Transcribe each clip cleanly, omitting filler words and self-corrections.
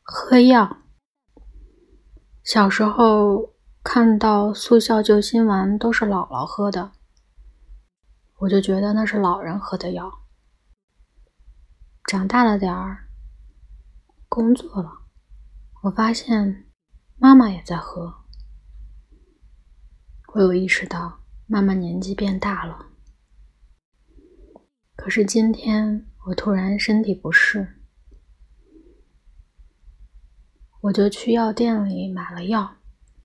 喝药。小时候看到速效救心丸都是姥姥喝的，我就觉得那是老人喝的药。长大了点儿，工作了，我发现妈妈也在喝。我有意识到妈妈年纪变大了。可是今天我突然身体不适，我就去药店里买了药，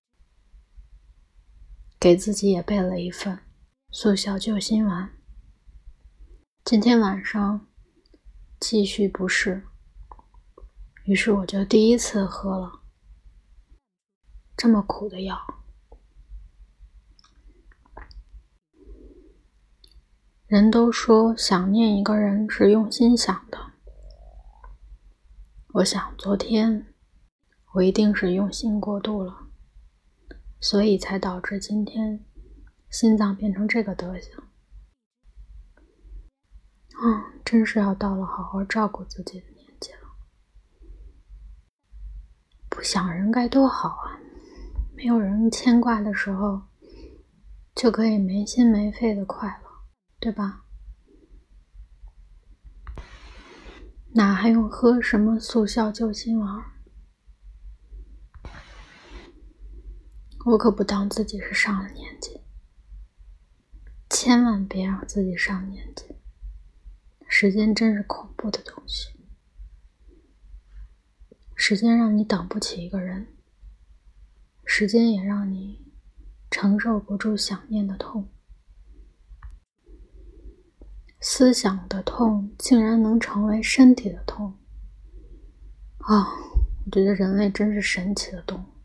给自己也备了一份速效救心丸。今天晚上继续不适，于是我就第一次喝了这么苦的药。人都说想念一个人是用心想的，我想昨天我一定是用心过度了，所以才导致今天心脏变成这个德行。真是要到了好好照顾自己的年纪了。不想人该多好啊，没有人牵挂的时候就可以没心没肺的快乐，对吧？哪还用喝什么速效救心丸？我可不当自己是上了年纪，千万别让自己上年纪。时间真是恐怖的东西，时间让你等不起一个人，时间也让你承受不住想念的痛。思想的痛竟然能成为身体的痛。我觉得人类真是神奇的动物。